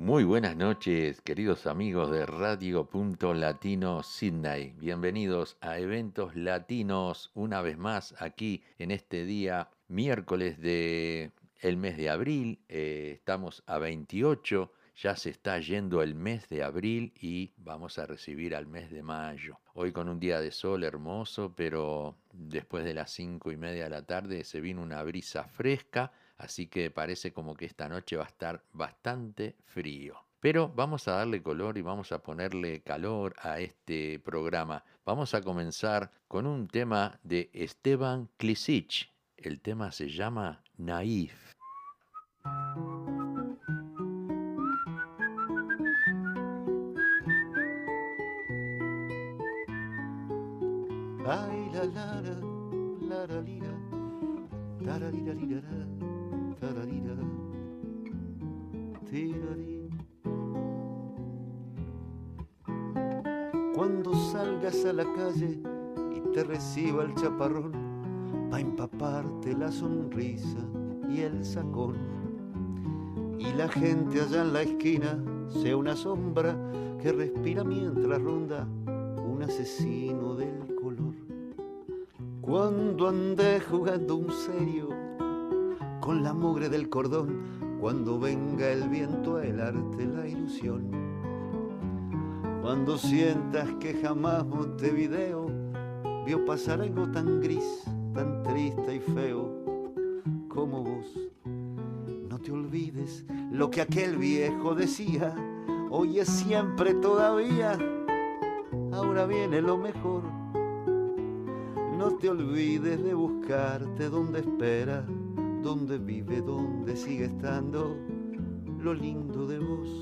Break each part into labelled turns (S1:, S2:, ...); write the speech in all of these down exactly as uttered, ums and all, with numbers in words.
S1: Muy buenas noches, queridos amigos de Radio Punto Latino Sydney. Bienvenidos a Eventos Latinos una vez más aquí en este día miércoles de el mes de abril. Eh, estamos a veintiocho, ya se está yendo el mes de abril y vamos a recibir al mes de mayo. Hoy con un día de sol hermoso, pero después de las cinco y media de la tarde se vino una brisa fresca. Así que parece como que esta noche va a estar bastante frío. Pero vamos a darle color y vamos a ponerle calor a este programa. Vamos a comenzar con un tema de Esteban Klisic. El tema se llama Naif.
S2: Ay, la la la, la la lira, la la lira lira. Cuando salgas a la calle y te reciba el chaparrón, va a empaparte la sonrisa y el sacón. Y la gente allá en la esquina sea una sombra que respira mientras ronda un asesino del color. Cuando andes jugando un serio con la mugre del cordón, cuando venga el viento a helarte la ilusión, cuando sientas que jamás Montevideo vio pasar algo tan gris, tan triste y feo como vos, no te olvides lo que aquel viejo decía: hoy es siempre todavía, ahora viene lo mejor. No te olvides de buscarte donde espera, donde vive, donde sigue estando lo lindo de vos.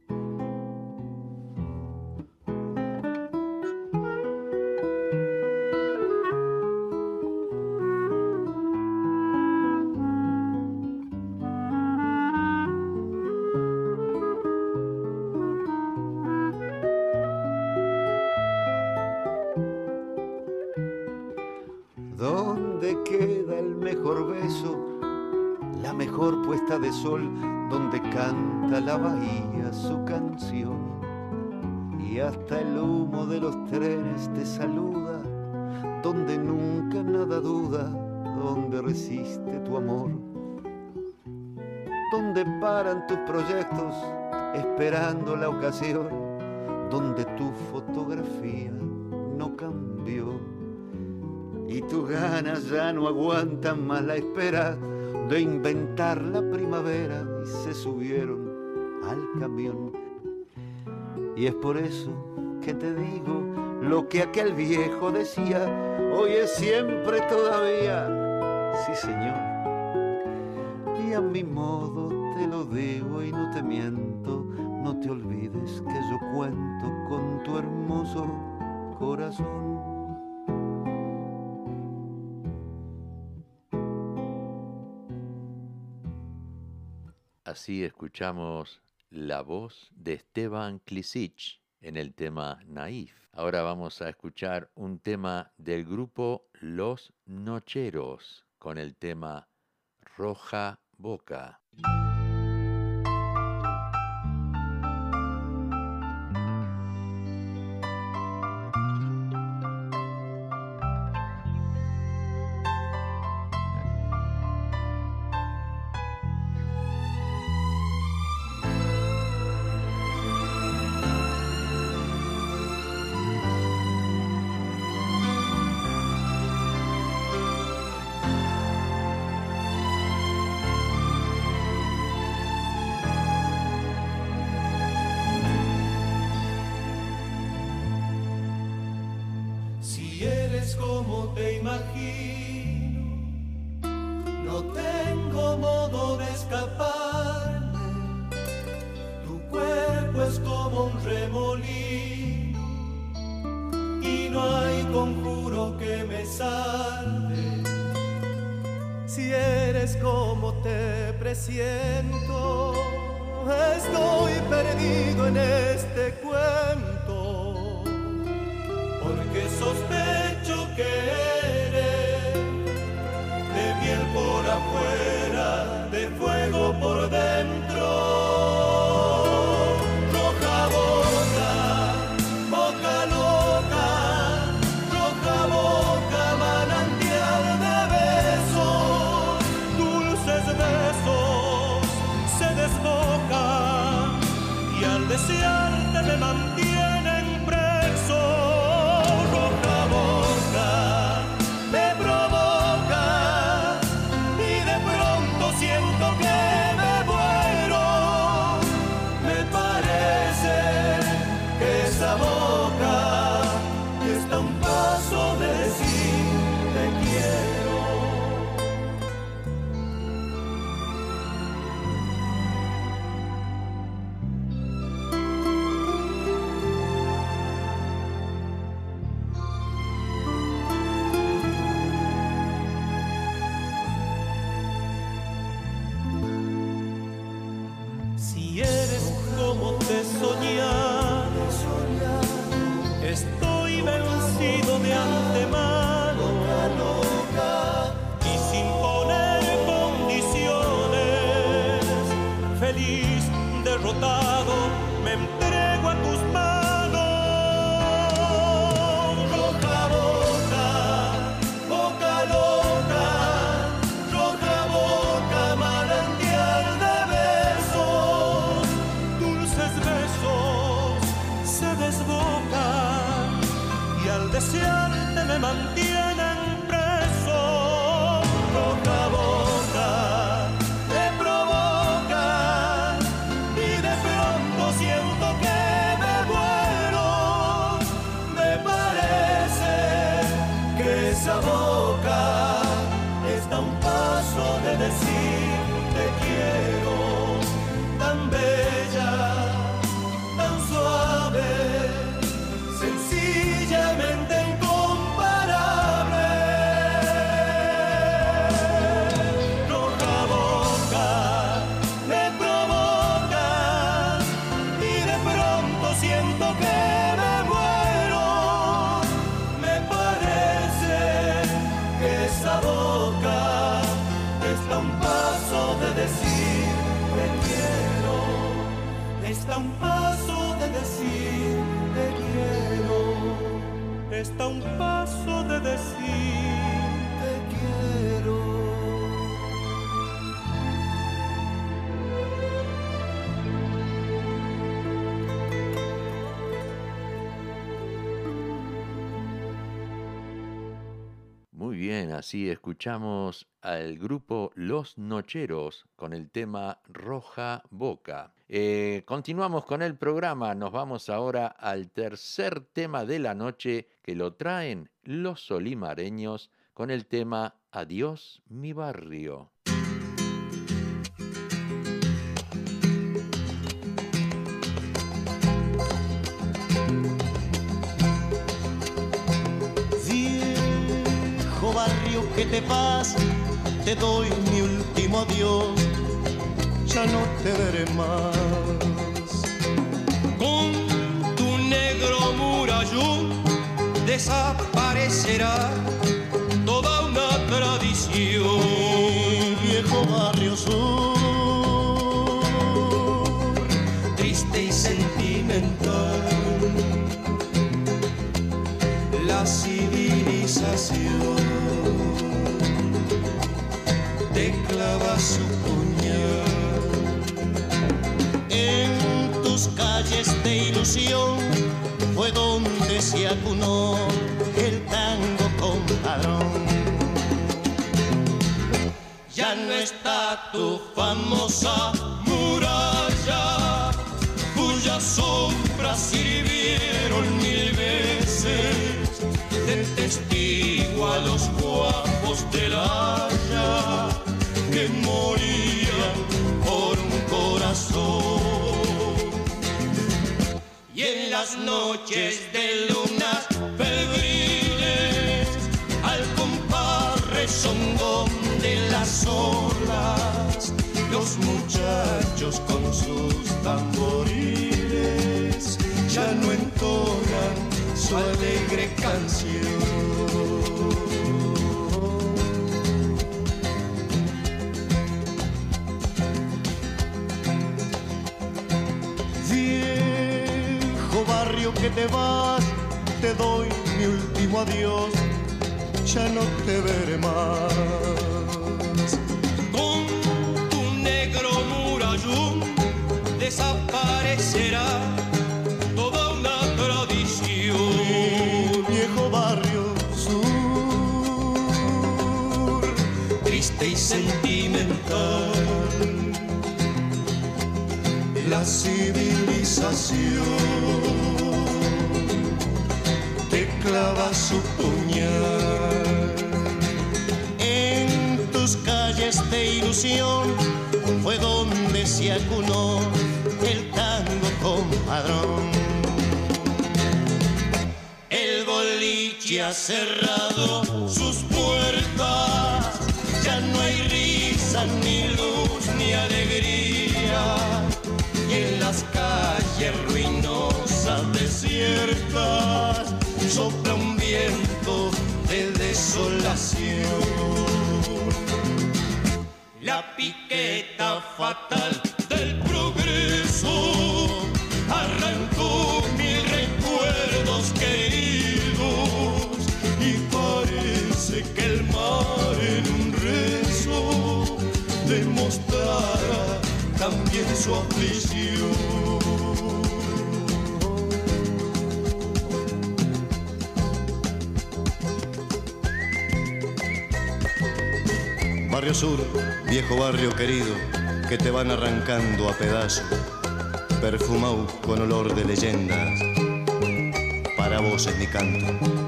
S2: ¿Dónde queda el mejor beso, la mejor puesta de sol, donde canta la bahía su canción? Y hasta el humo de los trenes te saluda, donde nunca nada duda, donde resiste tu amor, donde paran tus proyectos esperando la ocasión, donde tu fotografía no cambió y tus ganas ya no aguantan más la espera de inventar la primavera, y se subieron al camión. Y es por eso que te digo lo que aquel viejo decía: hoy es siempre todavía, sí señor. Y a mi modo te lo digo y no te miento, no te olvides que yo cuento con tu hermoso corazón.
S1: Así escuchamos la voz de Esteban Klisic en el tema Naif. Ahora vamos a escuchar un tema del grupo Los Nocheros con el tema Roja Boca.
S3: Como te imagino, no tengo modo de escaparme. Tu cuerpo es como un remolino y no hay conjuro que me salve. Si eres como te presiento, estoy perdido en este cuento, porque sospecho que eres de miel por afuera, de fuego por dentro. antemano, loca, loca, y sin poner condiciones, feliz, derrotado, me entrego a tus manos. Roja boca, boca loca, roja boca, manantial de besos, dulces besos se desbocan y al desearte me mantienen preso. Roja boca me provoca y de pronto siento que me muero. Me parece que esa boca está a un paso de decir te quiero, tan bella, tan suave, sencillamente incomparable. Roja boca me provoca y de pronto siento que me muero. Me parece que esa boca está a un paso de decir te quiero, está a un paso de decir te quiero, está a un paso de decir te quiero.
S1: Muy bien, así escuchamos al grupo Los Nocheros con el tema Roja Boca. Eh, continuamos con el programa, nos vamos ahora al tercer tema de la noche que lo traen los solimareños con el tema Adiós mi barrio.
S4: Viejo barrio que te vas, te doy mi último adiós, ya no te veré más.
S3: Con tu negro murallón desaparecerá toda una tradición.
S4: Viejo barrio sur,
S3: Triste y sentimental, la civilización te clava su puñal.
S4: en tus calles de ilusión fue donde se acunó el tango compadrón.
S3: Ya no está tu famosa muralla, cuyas sombras sirvieron mil veces de testigo a los guapos del Haya que morían por un corazón. Y en las noches de lunas febriles, al compás rezongón de las olas, los muchachos con sus tamboriles ya no entonan su alegre canción.
S4: Viejo barrio que te vas, te doy mi último adiós, ya no te veré más.
S3: Con tu negro murallón desaparecerá toda una tradición.
S4: Viejo barrio sur,
S3: Triste y sentimental,
S4: la civilización te clava su puñal. En tus calles de ilusión fue donde se acunó el tango compadrón.
S3: el boliche ha cerrado sus puertas, ya no hay risa, ni luz, ni alegría, y en las calles ruinosas desiertas sopla un viento vientos de desolación. La piqueta fatal del progreso arrancó mil recuerdos queridos y parece que el mar en un rezo demostrará también su aflicción.
S4: Barrio Sur, viejo barrio querido, que te van arrancando a pedazos, perfumado con olor de leyendas. Para vos es mi canto.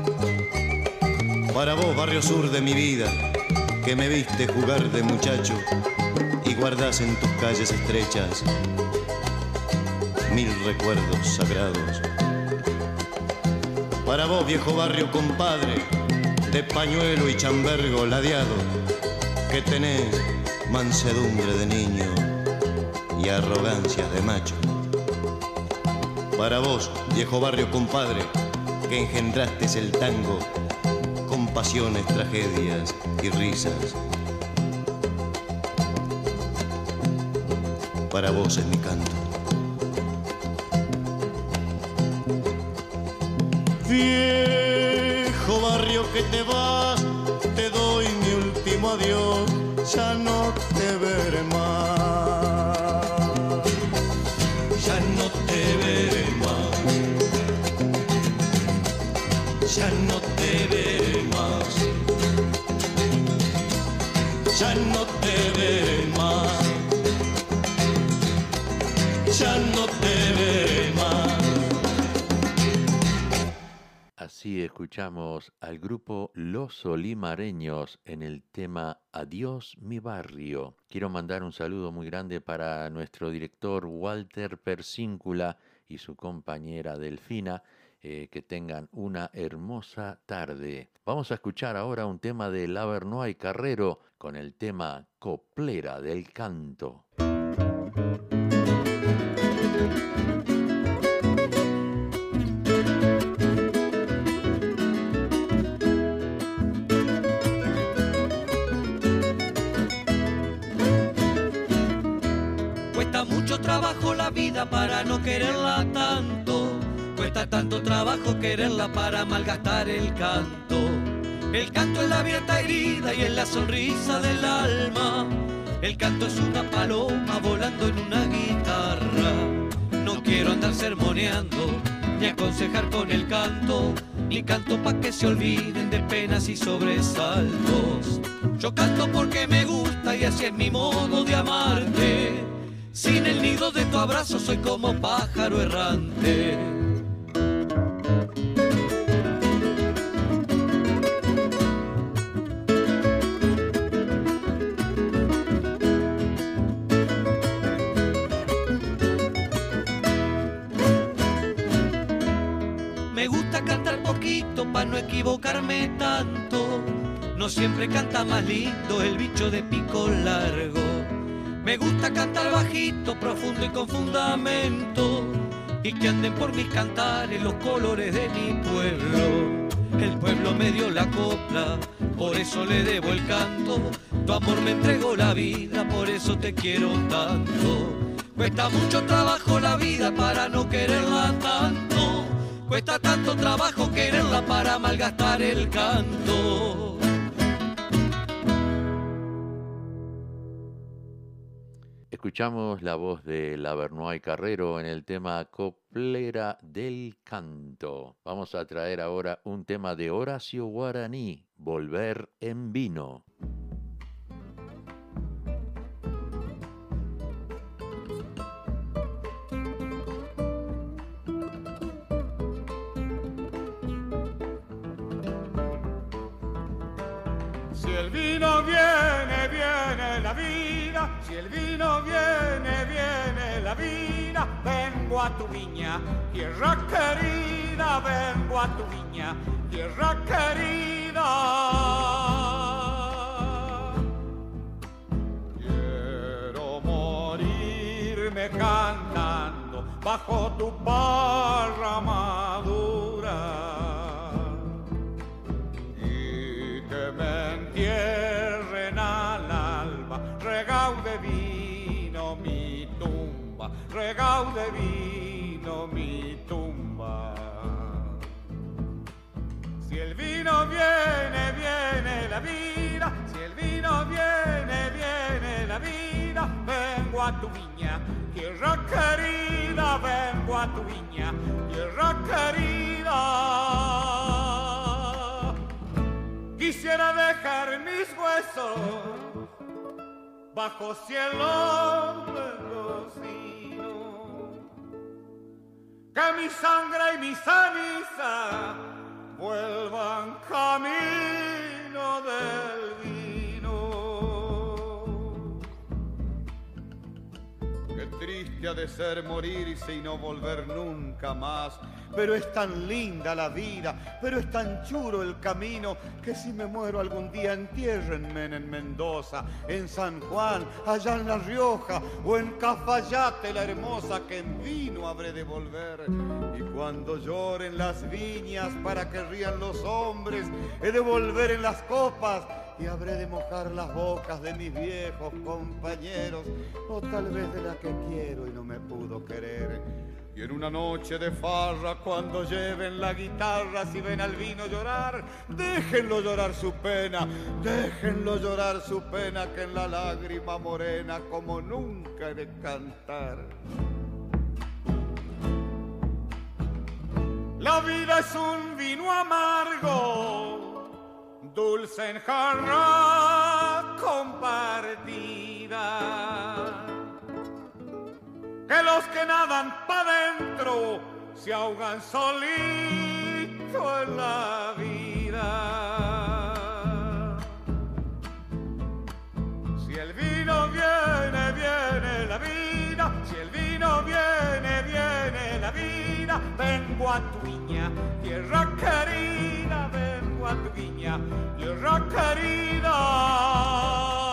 S4: Para vos, Barrio Sur de mi vida, que me viste jugar de muchacho y guardás en tus calles estrechas mil recuerdos sagrados. Para vos, viejo barrio compadre, de pañuelo y chambergo ladeado, que tenés mansedumbre de niño y arrogancias de macho. Para vos, viejo barrio compadre, que engendraste el tango con pasiones, tragedias y risas. Para vos es mi canto.
S3: Viejo barrio que te vas, te doy mi último adiós, ya no te veré más, ya no te veré más, ya no te veré más, ya no te veré más, ya no te veré más.
S1: Así escuchamos al grupo Los Olimareños en el tema Adiós mi barrio. Quiero mandar un saludo muy grande para nuestro director Walter Persíncula y su compañera Delfina. Eh, que tengan una hermosa tarde. Vamos a escuchar ahora un tema de Lavernoy Carrero con el tema Coplera del Canto.
S3: Cuesta mucho trabajo la vida para no quererla tanto. Cuesta tanto trabajo quererla para malgastar el canto. El canto es la abierta herida y es la sonrisa del alma. El canto es una paloma volando en una guitarra. No quiero andar sermoneando ni aconsejar con el canto, ni canto pa' que se olviden de penas y sobresaltos. Yo canto porque me gusta y así es mi modo de amarte. Sin el nido de tu abrazo soy como pájaro errante. Me gusta cantar poquito pa' no equivocarme tanto. No siempre canta más lindo el bicho de pico largo. Me gusta cantar bajito, profundo y con fundamento, y que anden por mis cantares los colores de mi pueblo. El pueblo me dio la copla, por eso le debo el canto. Tu amor me entregó la vida, por eso te quiero tanto. Cuesta mucho trabajo la vida para no quererla tanto. Cuesta tanto trabajo quererla para malgastar el canto.
S1: Escuchamos la voz de Lavernoy Carrero en el tema Coplera del Canto. Vamos a traer ahora un tema de Horacio Guaraní, Volver en Vino.
S5: Si el vino viene, viene la vida. Si el vino viene, viene la vida. Vengo a tu viña, tierra querida. Vengo a tu viña, tierra querida. Quiero morirme cantando bajo tu barra madura. regao de vino mi tumba. Si el vino viene, viene la vida, si el vino viene, viene la vida, vengo a tu viña, tierra querida, vengo a tu viña, tierra querida. Quisiera dejar mis huesos bajo cielo mendocino, que mi sangre y mi ceniza vuelvan camino del vino. Qué triste ha de ser morirse y no volver nunca más. Pero es tan linda la vida, pero es tan churo el camino, que si me muero algún día entiérrenme en Mendoza, en San Juan, allá en La Rioja, o en Cafayate la hermosa, que en vino habré de volver. Y cuando lloren las viñas para que rían los hombres, he de volver en las copas y habré de mojar las bocas de mis viejos compañeros, o tal vez de la que quiero y no me pudo querer. Y en una noche de farra, cuando lleven la guitarra, si ven al vino llorar, déjenlo llorar su pena, déjenlo llorar su pena, que en la lágrima morena como nunca he de cantar. La vida es un vino amargo, dulce en jarra compartida, que los que nadan pa' dentro se ahogan solito en la vida. Si el vino viene, viene la vida, si el vino viene, viene la vida, vengo a tu viña, tierra querida, vengo a tu viña, tierra querida.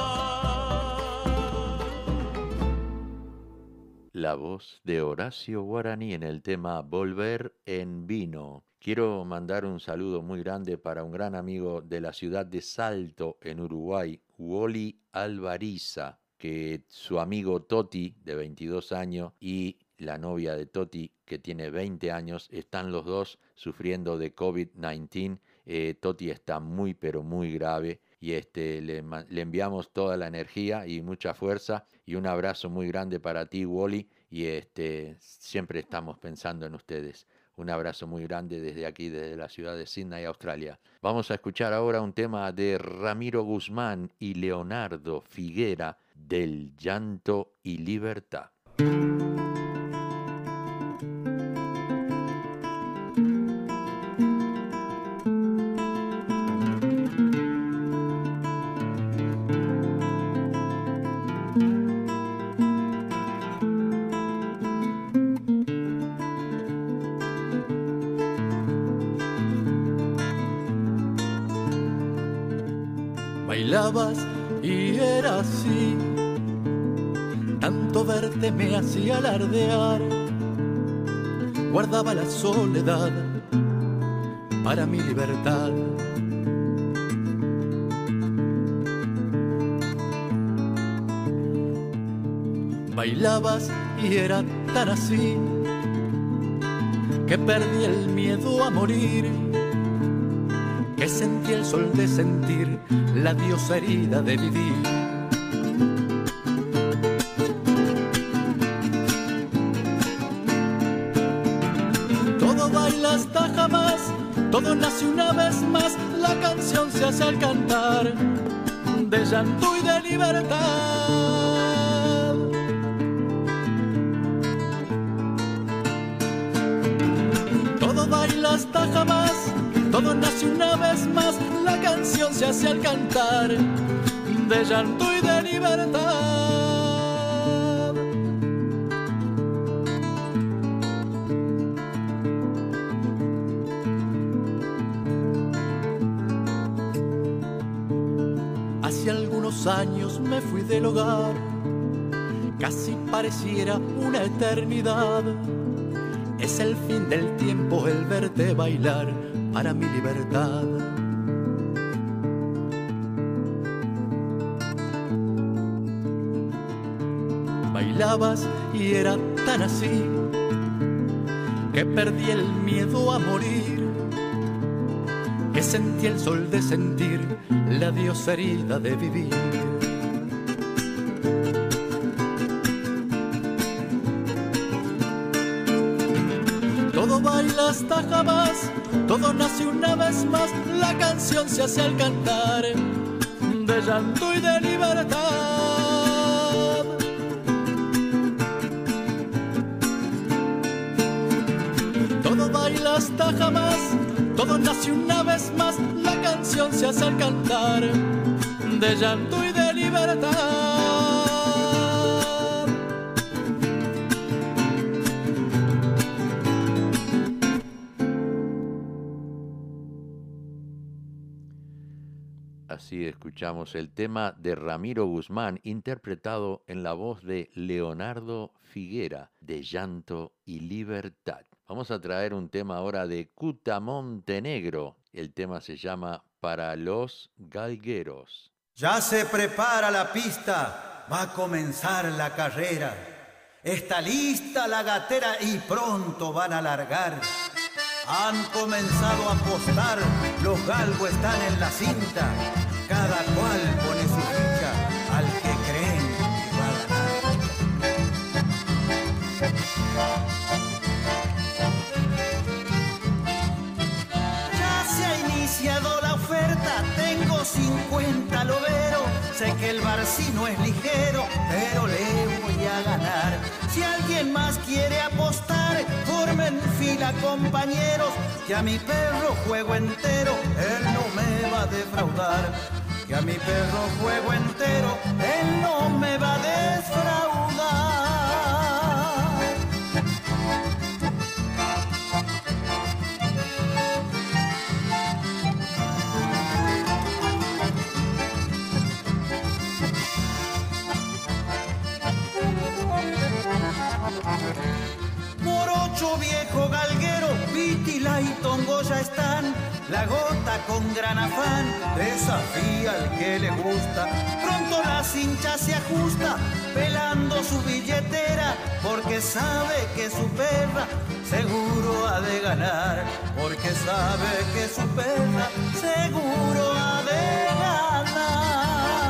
S1: La voz de Horacio Guaraní en el tema Volver en Vino. Quiero mandar un saludo muy grande para un gran amigo de la ciudad de Salto, en Uruguay, Wally Alvariza, que su amigo Toti, de veintidós años, y la novia de Toti, que tiene veinte años, están los dos sufriendo de COVID diecinueve. Eh, Toti está muy, pero muy grave. Y este, le, le enviamos toda la energía y mucha fuerza y un abrazo muy grande para ti, Wally, y este, siempre estamos pensando en ustedes. Un abrazo muy grande desde aquí, desde la ciudad de Sydney, Australia. Vamos a escuchar ahora un tema de Ramiro Guzmán y Leonardo Figuera, Del Llanto y Libertad.
S6: Bailabas y era así, tanto verte me hacía alardear. Guardaba la soledad para mi libertad. Bailabas y era tan así, que perdí el miedo a morir, que sentí el sol de sentir, la diosa herida de vivir. Todo baila hasta jamás, todo nace una vez más, la canción se hace al cantar, de llanto y de libertad. Todo baila hasta jamás, todo nace una vez más, la canción se hace al cantar, de llanto y de libertad. Hace algunos años me fui del hogar, casi pareciera una eternidad. Es el fin del tiempo el verte bailar para mi libertad. bailabas y era tan así que perdí el miedo a morir, que sentí el sol de sentir la diosa herida de vivir. Todo baila hasta jamás, todo nace una vez más, la canción se hace al cantar de llanto y de libertad. Todo baila hasta jamás, todo nace una vez más, la canción se hace al cantar de llanto y de libertad.
S1: Así escuchamos el tema de Ramiro Guzmán, interpretado en la voz de Leonardo Figuera, de Llanto y Libertad. Vamos a traer un tema ahora de Cuta Montenegro. El tema se llama Para los Galgueros.
S7: Ya se prepara la pista, va a comenzar la carrera. Está lista la gatera y pronto van a largar. Han comenzado a apostar, los galgos están en la cinta. Cada cual pone su ficha al que creen que va a ganar. Ya se ha iniciado la oferta, tengo cincuenta loberos. Sé que el barcino es ligero, pero le voy a ganar. Si alguien más quiere apostar, formen fila, compañeros, que a mi perro juego entero, él no me va a defraudar. Que a mi perro juego entero, él no me va a defraudar. Morocho viejo galguero, Pítila y Tongo ya están. La gota con gran afán desafía al que le gusta. Pronto la cincha se ajusta, pelando su billetera, porque sabe que su perra seguro ha de ganar. Porque sabe que su perra seguro ha de ganar.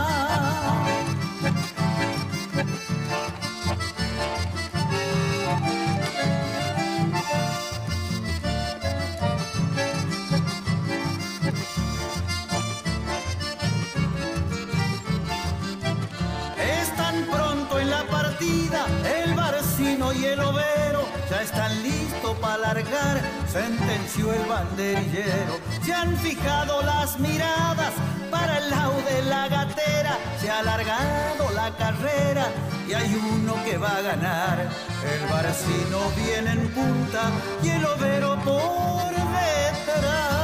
S7: El barcino y el overo ya están listos para largar, sentenció el banderillero. Se han fijado las miradas para el lado de la gatera, se ha alargado la carrera y hay uno que va a ganar. El barcino viene en punta y el overo por detrás.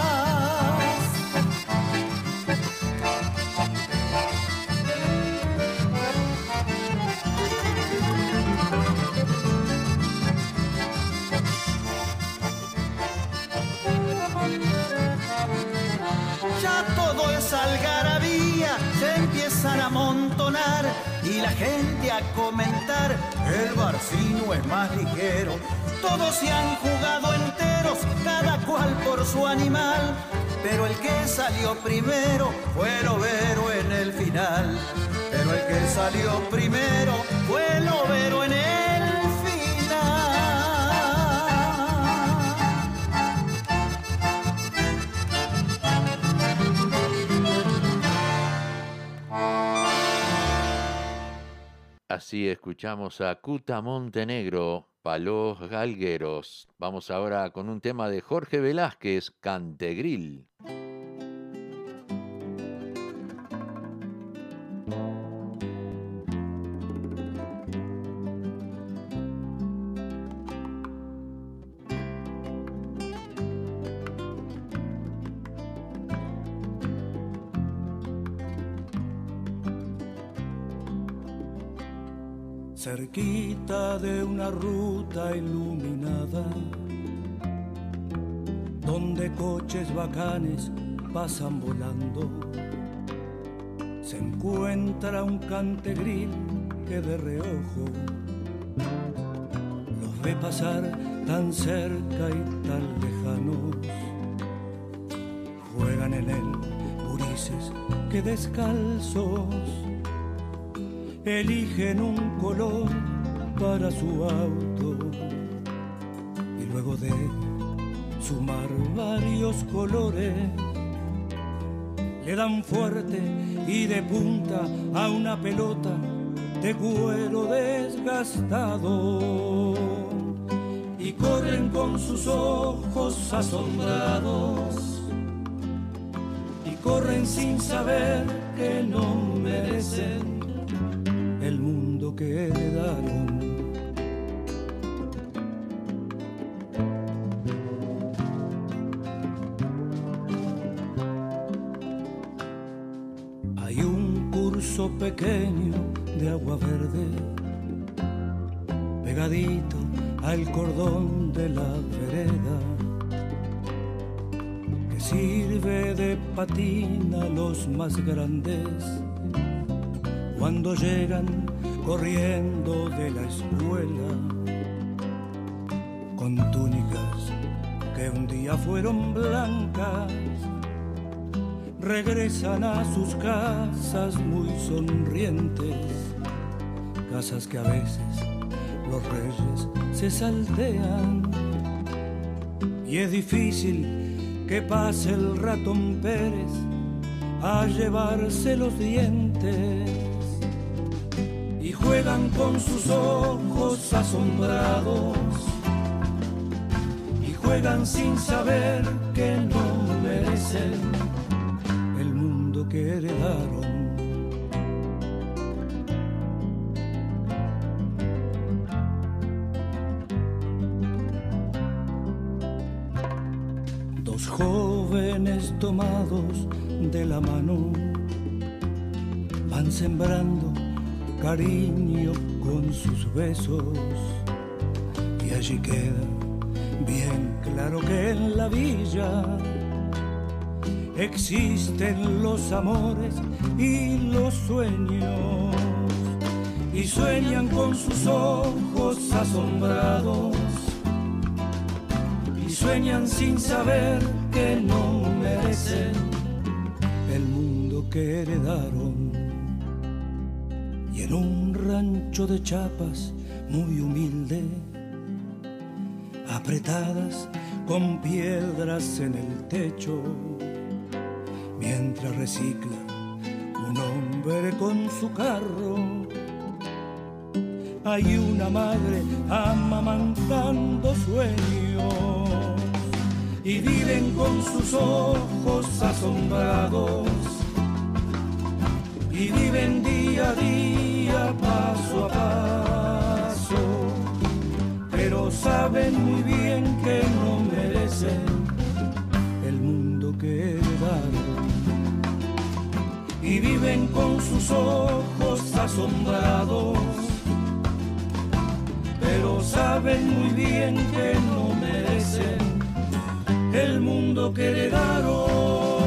S7: Ya todo es algarabía, se empiezan a amontonar y la gente a comentar, el barcino es más ligero. Todos se han jugado enteros, cada cual por su animal, pero el que salió primero fue el overo en el final. Pero el que salió primero fue el overo en el final.
S1: Así escuchamos a Cuta Montenegro, Pa' los Galgueros. Vamos ahora con un tema de Jorge Velázquez, Cantegril.
S8: Cerquita de una ruta iluminada, donde coches bacanes pasan volando, se encuentra un cantegril que de reojo los ve pasar tan cerca y tan lejanos. Juegan en él gurises que descalzos eligen un color para su auto y luego de sumar varios colores le dan fuerte y de punta a una pelota de cuero desgastado y corren con sus ojos asombrados y corren sin saber que no merecen el mundo que heredaron. Hay un curso pequeño de agua verde pegadito al cordón de la vereda que sirve de patina a los más grandes cuando llegan corriendo de la escuela con túnicas que un día fueron blancas, regresan a sus casas muy sonrientes, casas que a veces los reyes se saltean y es difícil que pase el ratón Pérez a llevarse los dientes y juegan con sus ojos asombrados y juegan sin saber que no merecen el mundo que heredaron. Dos jóvenes tomados de la mano van sembrando cariño con sus besos y allí queda bien claro que en la villa existen los amores y los sueños y sueñan con sus ojos asombrados y sueñan sin saber que no merecen el mundo que heredaron. Y en un rancho de chapas muy humilde, apretadas con piedras en el techo, mientras recicla un hombre con su carro, hay una madre amamantando sueños y viven con sus ojos asombrados y viven día a día, paso a paso, pero saben muy bien que no merecen el mundo que heredaron y viven con sus ojos asombrados, pero saben muy bien que no merecen el mundo que heredaron.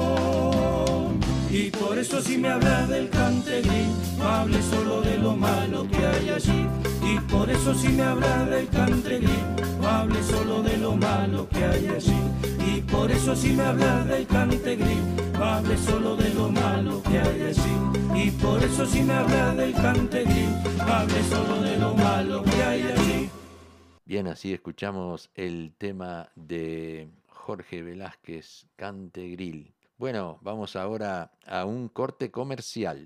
S8: Y por eso si me hablas del Cantegrí, no hables solo de lo malo que hay allí. Y por eso si me hablas del Cantegrí, no hables solo de lo malo que hay allí. Y por eso si me hablas del Cantegrí, no hables solo de lo malo que hay allí. Y por eso si me hablas del Cantegrí, no hables solo de lo malo que hay allí.
S1: Bien, así escuchamos el tema de Jorge Velázquez, Cantegril. Bueno, vamos ahora a un corte comercial.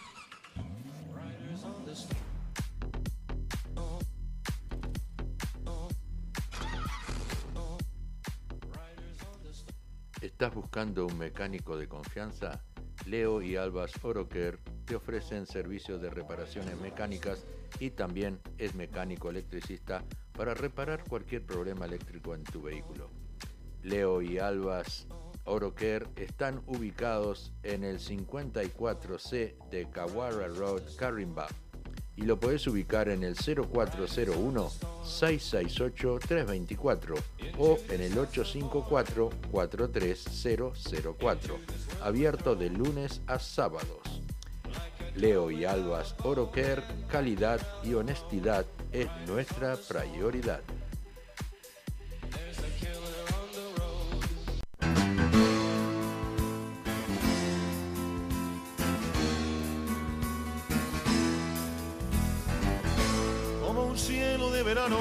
S1: ¿Estás buscando un mecánico de confianza? Leo y Albas Oroker te ofrecen servicios de reparaciones mecánicas y también es mecánico electricista para reparar cualquier problema eléctrico en tu vehículo. Leo y Albas Oroker están ubicados en el cincuenta y cuatro C de Kawara Road, Carimba, y lo podés ubicar en el cero cuatro cero uno, seis seis ocho, tres dos cuatro o en el ocho cinco cuatro, cuatro tres cero cero cuatro, abierto de lunes a sábados. Leo y Albas Oroquer, calidad y honestidad es nuestra prioridad.
S9: Como un cielo de verano,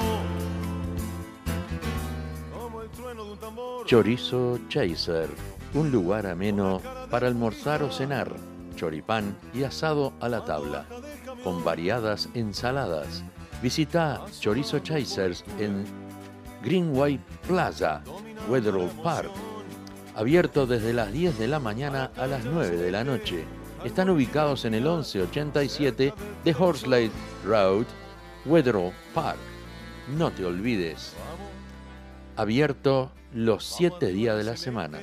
S9: como el trueno de un tambor.
S1: Chorizo Chaser, un lugar ameno para almorzar o cenar, choripán y asado a la tabla, con variadas ensaladas. Visita Chorizo Chasers en Greenway Plaza, Wetherall Park, abierto desde las diez de la mañana a las nueve de la noche. Están ubicados en el once ochenta y siete de Horsley Road, Wetherall Park. No te olvides, abierto los siete días de la semana.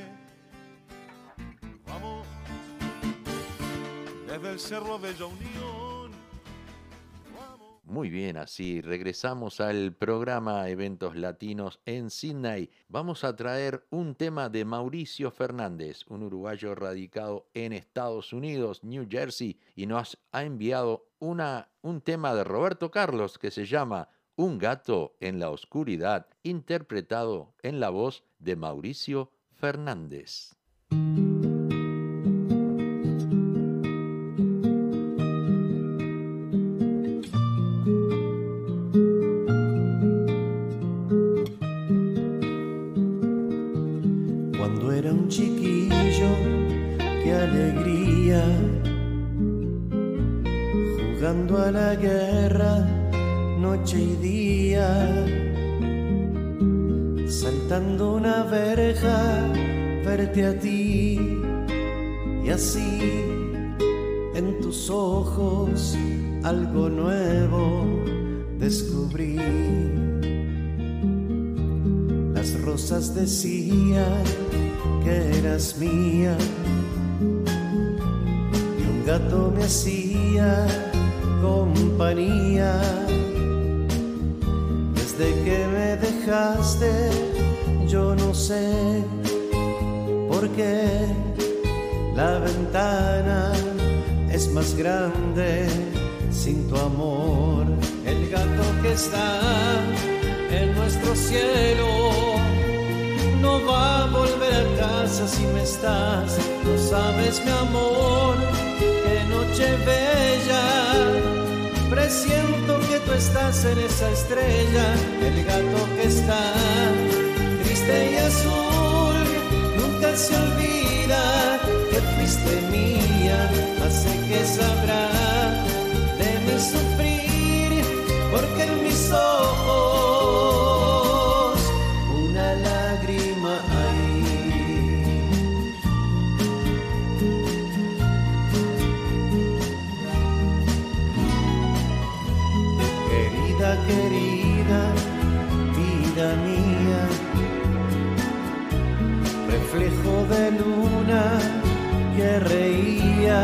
S9: Desde el cerro a Bella Unión.
S1: Muy bien, así regresamos al programa Eventos Latinos en Sydney. Vamos a traer un tema de Mauricio Fernández, un uruguayo radicado en Estados Unidos, New Jersey, y nos ha enviado una, un tema de Roberto Carlos que se llama Un gato en la oscuridad, interpretado en la voz de Mauricio Fernández.
S7: Cuando era un chiquillo, qué alegría, jugando a la guerra noche y día, saltando una verja, verte a ti y así en tus ojos algo nuevo descubrí. Las rosas decían que eras mía y un gato me hacía compañía. Desde que me dejaste yo no sé por qué la ventana es más grande sin tu amor. El gato que está en nuestro cielo no va a volver a casa si no estás. No sabes, mi amor, qué noche bella, presiento que tú estás en esa estrella. El gato que está triste y azul nunca se olvida que fuiste mía. Hace que sabrá de mi sufrir, porque en mis ojos una lágrima hay. Querida, querida, vida mía, reflejo de luna que reía.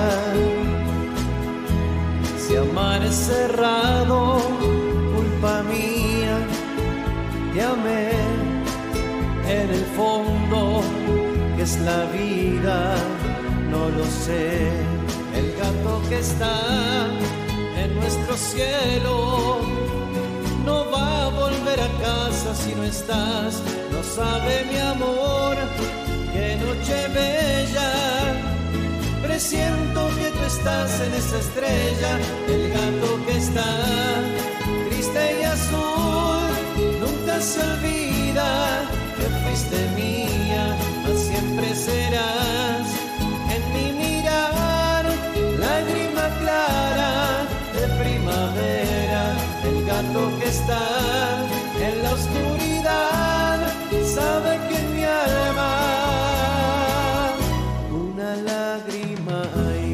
S7: Si amar es cerrado, culpa mía, te amé en el fondo, que es la vida, no lo sé. El gato que está en nuestro cielo no va a volver a casa si no estás. No sabe, mi amor, qué noche bella, presiento que tú estás en esa estrella. El gato que está triste y azul nunca se olvida que fuiste mía, mas siempre serás en mi mirar, lágrima clara de primavera. El gato que está en la oscuridad sabe que en mi alma una lágrima hay.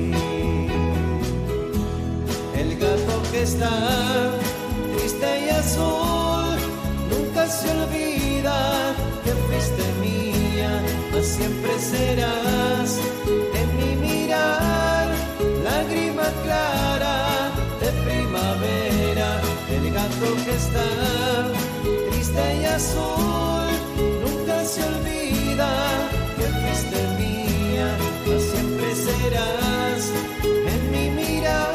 S7: El gato que está triste y azul nunca se olvida que fuiste mía, mas siempre serás en mi mirar, lágrima clara de primavera. El gato que está triste y azul nunca se olvida que fuiste mía, mas siempre serás en mi mirar.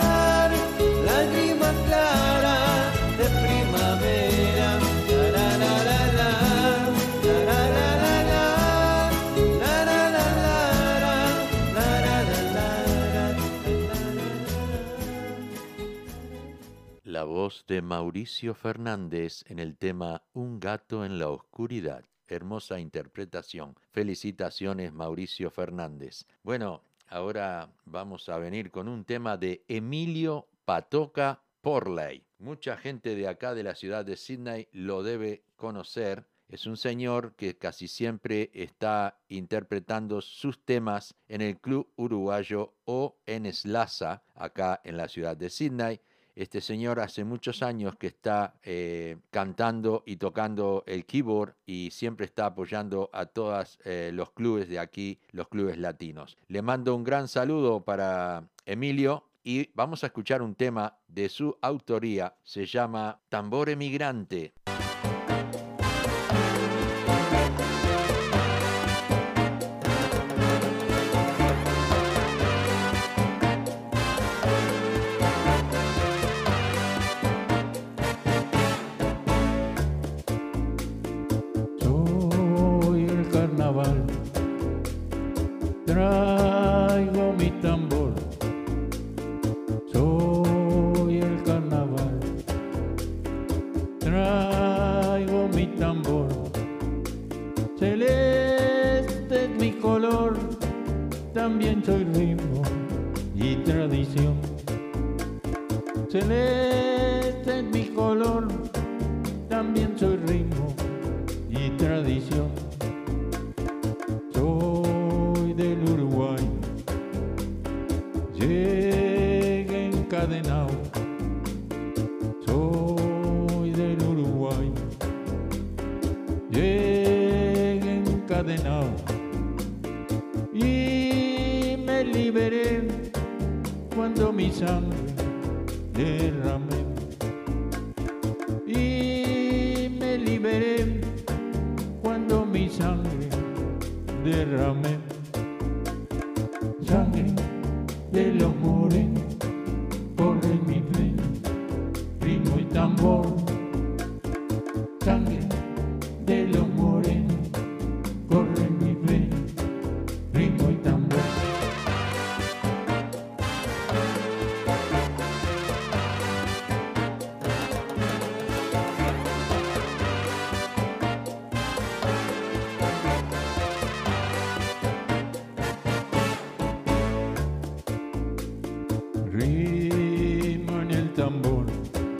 S1: voz de Mauricio Fernández en el tema Un gato en la oscuridad. Hermosa interpretación. Felicitaciones, Mauricio Fernández. Bueno, ahora vamos a venir con un tema de Emilio Patoca Porley. Mucha gente de acá de la ciudad de Sydney lo debe conocer. Es un señor que casi siempre está interpretando sus temas en el Club Uruguayo o en Slaza, acá en la ciudad de Sydney. Este señor hace muchos años que está eh, cantando y tocando el keyboard y siempre está apoyando a todos eh, los clubes de aquí, los clubes latinos. Le mando un gran saludo para Emilio y vamos a escuchar un tema de su autoría. Se llama Tambor Emigrante.
S10: Traigo mi tambor, soy el carnaval. Traigo mi tambor, celeste es mi color, también soy ritmo y tradición. Celeste es mi color, también soy ritmo y tradición. Del Uruguay llegué encadenado, soy del Uruguay llegué encadenado y me liberé cuando mi sangre derramé y me liberé cuando mi sangre derramé. Sangre de los morenos corre en mi vena, ritmo y tambor. Sangre de los morenos corre en mi vena, ritmo y tambor. Ritmo en el tambor,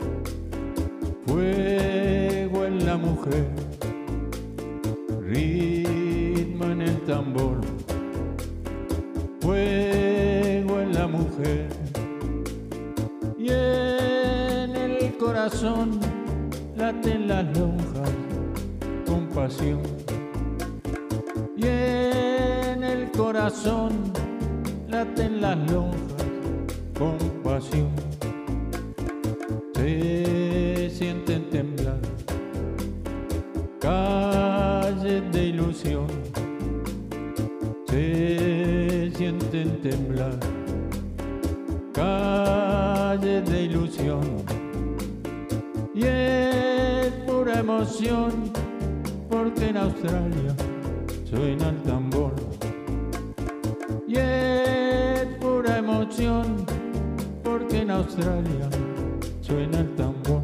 S10: fuego en la mujer. Ritmo en el tambor, fuego en la mujer. Y en el corazón laten las lonjas con pasión. Y en el corazón laten las lonjas con pasión. Se sienten temblar calles de ilusión. Se sienten temblar calles de ilusión. Y es pura emoción porque en Australia suena el tambor. Y es pura emoción porque en Australia suena el tambor.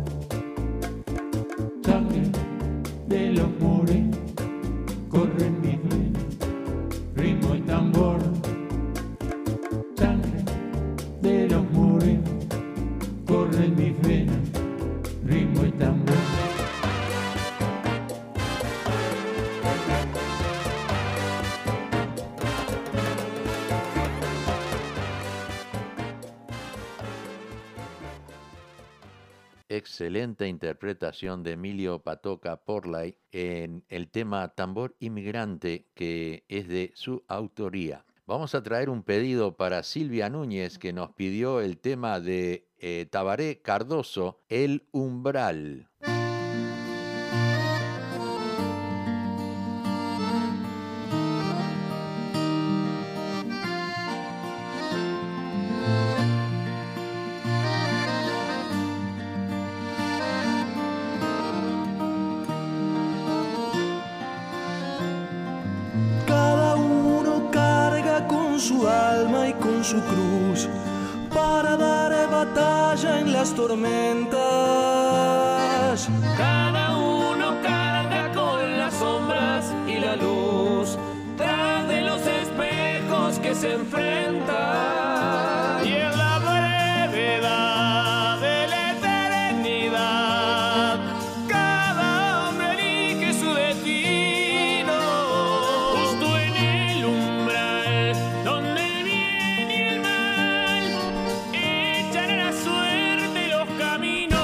S10: Sangre de los morenos corre en mi vena, ritmo y tambor. Sangre de los morenos corre en mi vena, ritmo y tambor.
S1: Excelente interpretación de Emilio Patoca Porley en el tema Tambor Inmigrante, que es de su autoría. Vamos a traer un pedido para Silvia Núñez, que nos pidió el tema de eh, Tabaré Cardoso, El Umbral.
S11: Su alma y con su cruz para dar batalla
S8: batalla en las tormentas. Cada uno carga con las sombras y la luz tras de los espejos que se enfrentan. Y en la brevedad de la eternidad, cada hombre elige su destino. Justo en el umbral donde el bien y el mal echan a la suerte los caminos.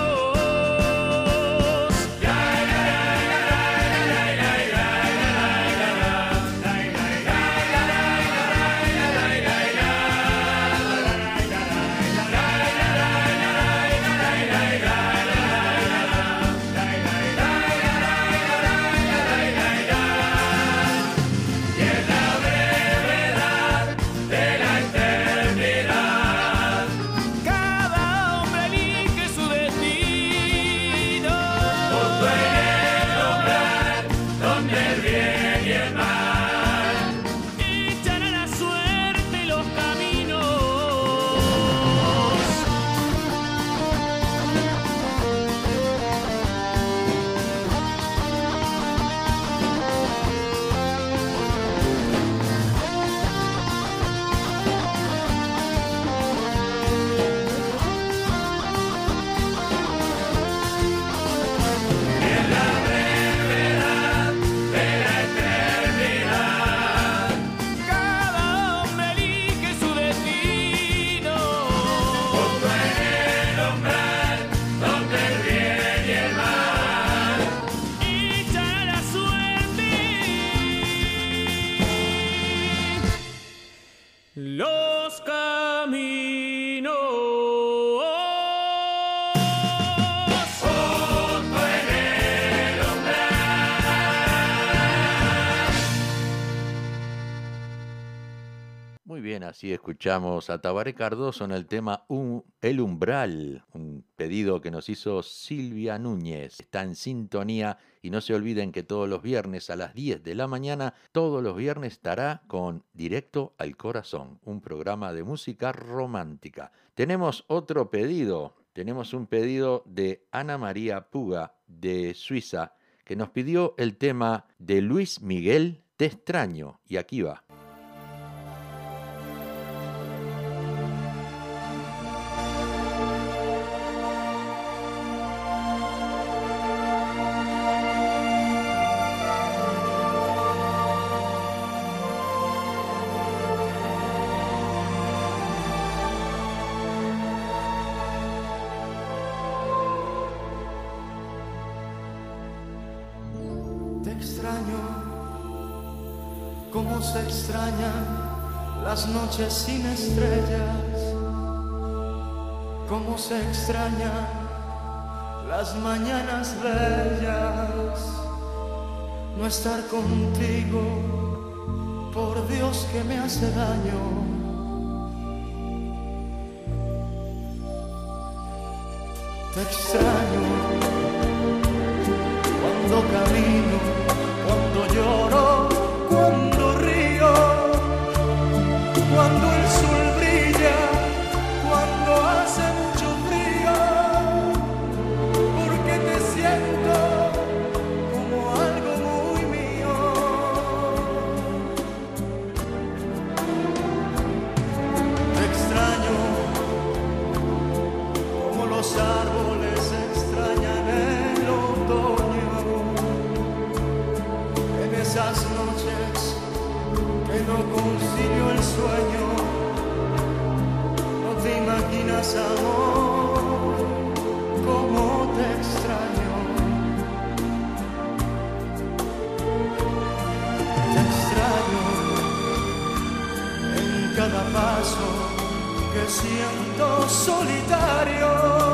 S8: Cada hombre elige su destino. Justo en el umbral donde el bien y el mal echan a la suerte los caminos. Cada hombre elige su destino. Justo en el umbral donde el bien y el mal echan a la suerte los caminos. Justo en el umbral.
S1: Muy bien, así escuchamos a Tabaré Cardoso en el tema Un- El Umbral, un pedido que nos hizo Silvia Núñez. Está en sintonía y no se olviden que todos los viernes a las diez de la mañana, todos los viernes estará con Directo al Corazón, un programa de música romántica. Tenemos otro pedido, tenemos un pedido de Ana María Puga de Suiza, que nos pidió el tema de Luis Miguel, Te extraño, y aquí va.
S8: Te extraño, como se extrañan las noches sin estrellas, como se extrañan las mañanas bellas. No estar contigo, por Dios que me hace daño. Te extraño cuando camino, cuando lloro, cuando río, cuando el sol brilla, cuando hace mucho frío, porque te siento como algo muy mío. Te extraño como los árboles extrañan el otoño, en esas noches que no concilio el sueño. No te imaginas, amor, cómo te extraño. Te extraño en cada paso que siento solitario,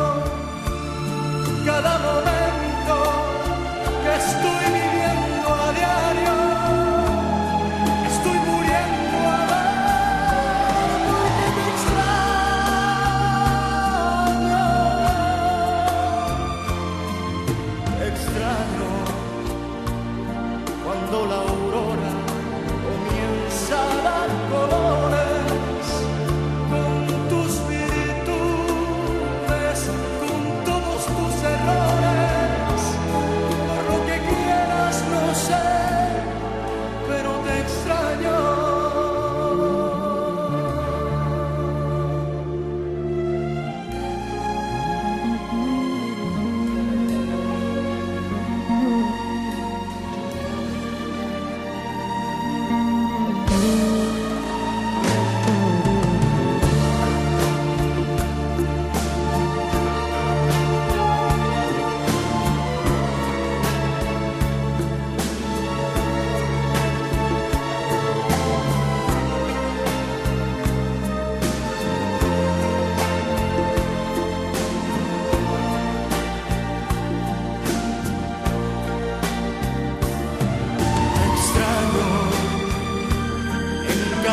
S8: cada momento que estoy viviendo a diario. Estoy muriendo a ver, porque te extraño. Te extraño cuando la aurora comienza a dar colores con tus virtudes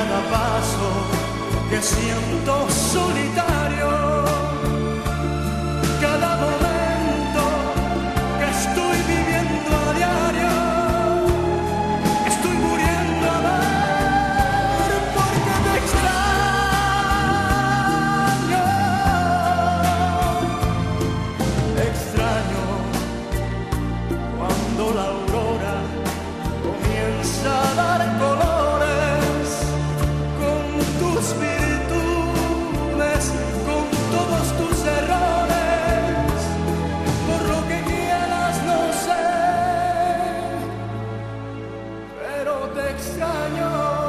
S8: cada paso que siento solitario, cada momento que estoy viviendo a diario, estoy muriendo a ver porque te extraño, extraño cuando la aurora comienza a dar colores con tus virtudes, con todos tus errores, por lo que quieras no sé, pero te extraño.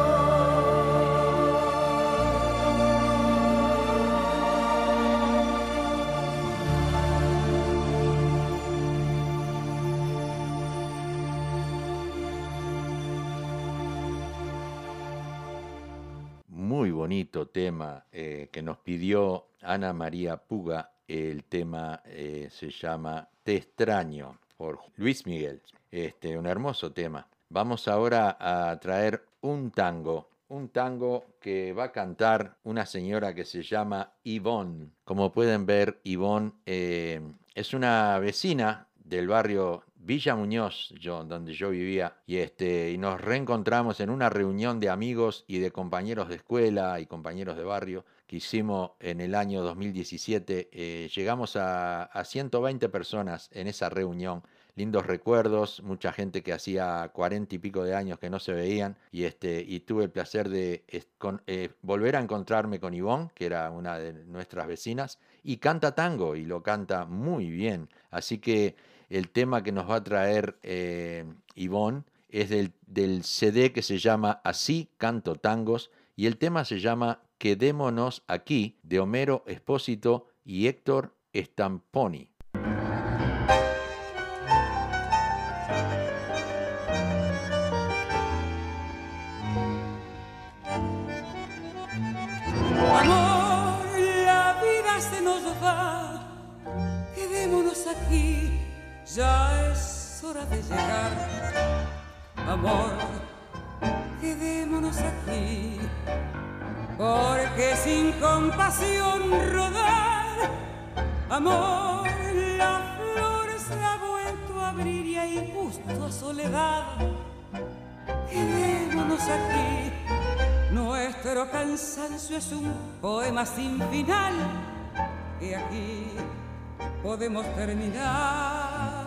S1: Muy bonito tema eh, que nos pidió Ana María Puga. El tema eh, se llama Te extraño, por Luis Miguel. Este, un hermoso tema. Vamos ahora a traer un tango. Un tango que va a cantar una señora que se llama Ivonne. Como pueden ver, Ivonne eh, es una vecina del barrio Villa Muñoz, yo, donde yo vivía, y, este, y nos reencontramos en una reunión de amigos y de compañeros de escuela y compañeros de barrio que hicimos en el año dos mil diecisiete. Eh, llegamos a, a ciento veinte personas en esa reunión. Lindos recuerdos, mucha gente que hacía cuarenta y pico de años que no se veían, y, este, y tuve el placer de es, con, eh, volver a encontrarme con Ivonne, que era una de nuestras vecinas, y canta tango, y lo canta muy bien. Así que el tema que nos va a traer eh, Ivonne es del, del C D que se llama Así canto tangos, y el tema se llama Quedémonos aquí, de Homero Espósito y Héctor Stamponi.
S11: Amor, la vida se nos va, quedémonos aquí, ya es hora de llegar. Amor, quedémonos aquí, porque sin compasión rodar. Amor, la flor se ha vuelto a abrir y hay gusto a soledad. Quedémonos aquí, nuestro cansancio es un poema sin final, y aquí podemos terminar.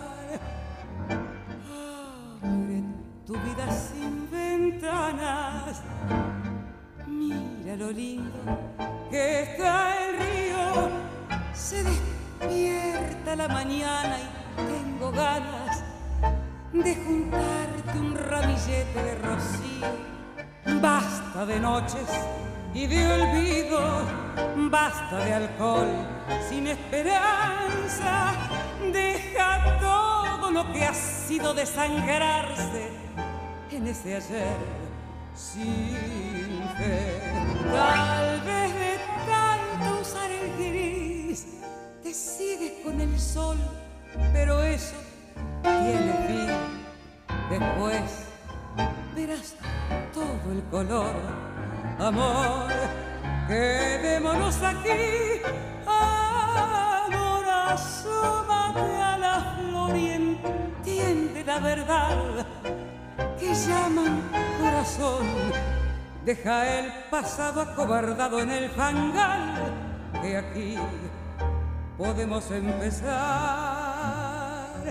S11: Abre tu vida sin ventanas, mira lo lindo que está el río. Se despierta la mañana y tengo ganas de juntarte un ramillete de rocío. Basta de noches y de olvido, basta de alcohol sin esperanza. Deja todo lo que ha sido desangrarse en ese ayer sin fe. Tal vez de tanto usar el gris te sigues con el sol, pero eso tiene fin. Después verás todo el color. Amor, quedémonos aquí. Amor, asómate a la flor y entiende la verdad que llaman corazón. Deja el pasado acobardado en el fangal, que aquí podemos empezar.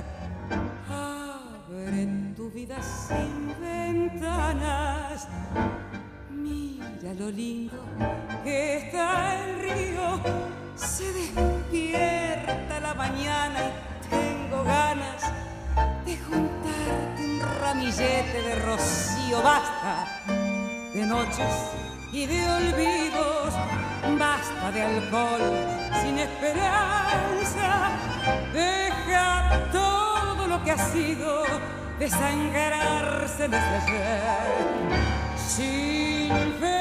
S11: Abre tu vida sin ventanas, mira lo lindo que está el río. Se despierta la mañana y tengo ganas de juntarte un ramillete de rocío. Basta de noches y de olvidos, basta de alcohol sin esperanza. Deja todo lo que ha sido desangrarse desde ayer sin fe.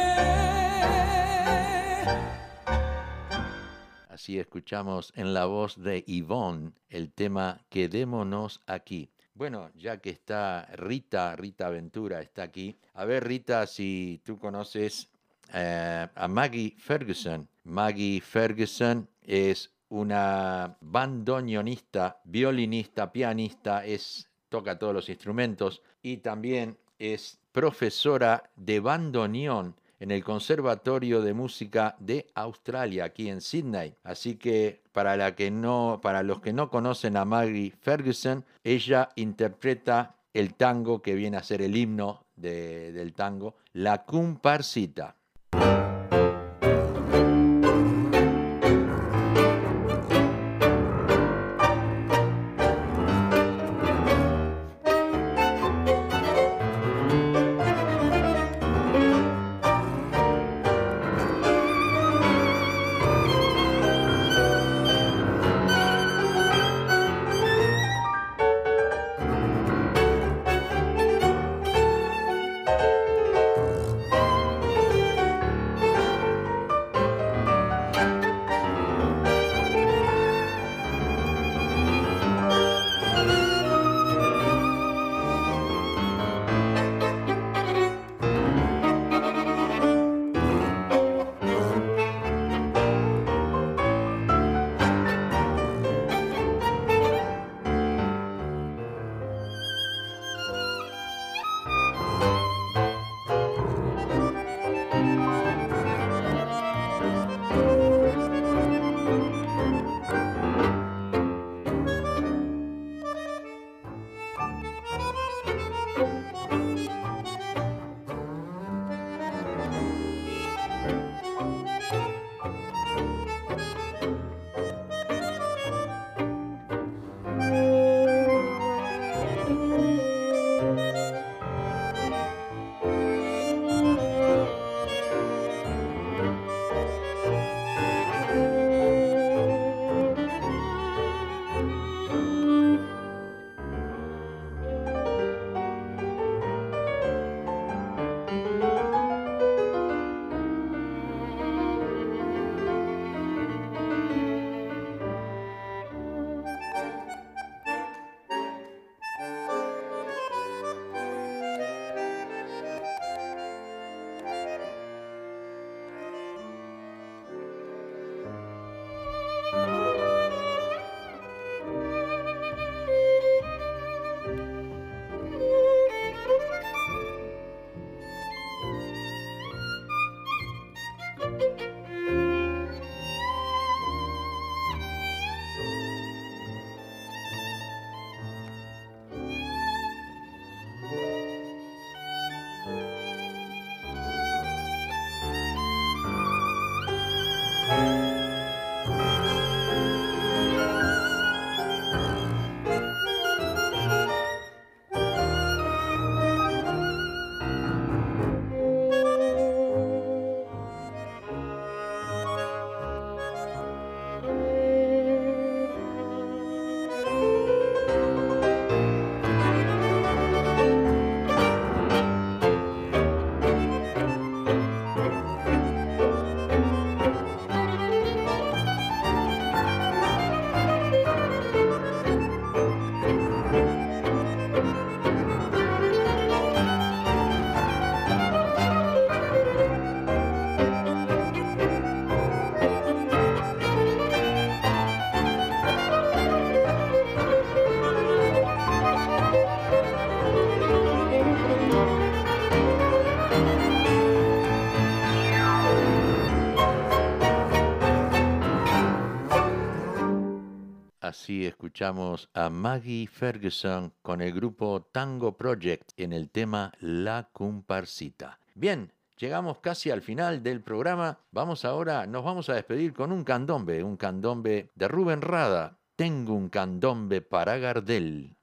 S1: Así escuchamos en la voz de Ivonne el tema Quedémonos aquí. Bueno, ya que está Rita, Rita Ventura está aquí. A ver, Rita, si tú conoces eh, a Maggie Ferguson. Maggie Ferguson es una bandoneonista, violinista, pianista, es, toca todos los instrumentos y también es profesora de bandoneón en el Conservatorio de Música de Australia, aquí en Sydney. Así que para, la que no, para los que no conocen a Maggie Ferguson, ella interpreta el tango que viene a ser el himno de, del tango, La Comparsita. Así escuchamos a Maggie Ferguson con el grupo Tango Project en el tema La Comparsita. Bien, llegamos casi al final del programa. Vamos ahora, nos vamos a despedir con un candombe, un candombe de Rubén Rada. Tengo un candombe para Gardel.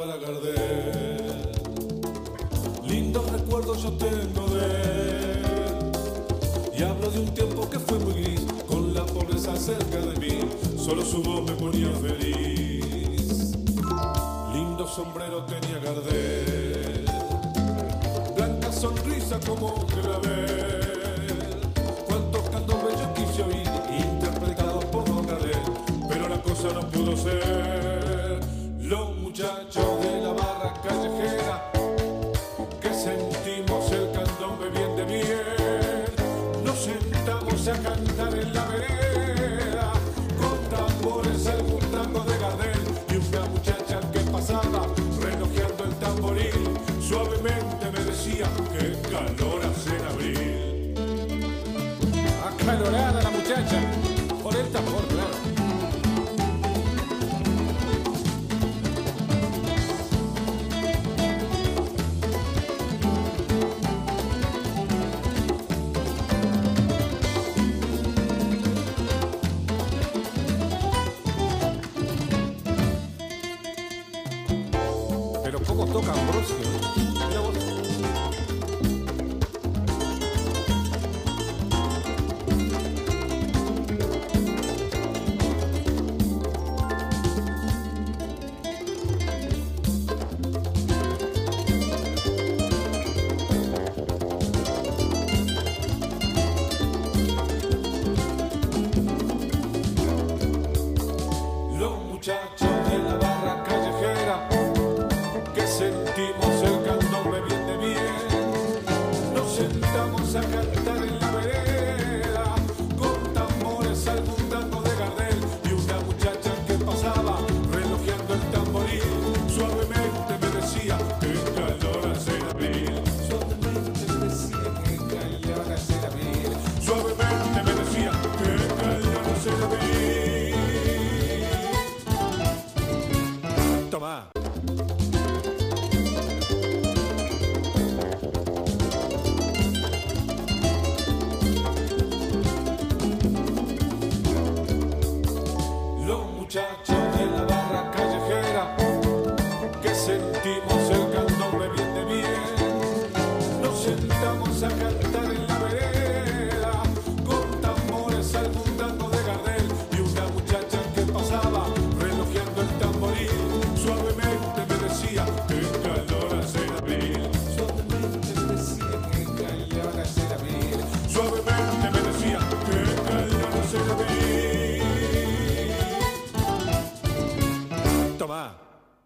S12: para Gardel. Lindos recuerdos yo tengo de él, y hablo de un tiempo que fue muy gris, con la pobreza cerca de mí, solo su voz me ponía feliz. Lindo sombrero tenía Gardel, blanca sonrisa como un clavel. Cuántos cantos bellos quise oír, interpretados por Don Gardel, pero la cosa no pudo ser. Los muchachos de la barra callejera, que sentimos el candombe bien de bien, nos sentamos a cantar en la vereda, con tambores algún tango de Gardel, y una muchacha que pasaba relojeando el tamboril, suavemente me decía que calor hace en abril. Acalorada la muchacha por el tambor, claro. Pero cómo toca Ambrosio, mira vos. Los muchachos de la barra callejera, que sentimos el candombe bien de bien, nos sentamos a cantar en la vereda, con tambores algún tango de Gardel, y una muchacha que pasaba relojeando el tamboril, suavemente me decía que calor hace en abril. Suavemente me decía que calor hace en abril. Suavemente me decía que calor hace en abril. Toma. Los muchachos de la barra callejera, que sentimos el candombe bien de bien, nos sentamos a cantar en la vereda,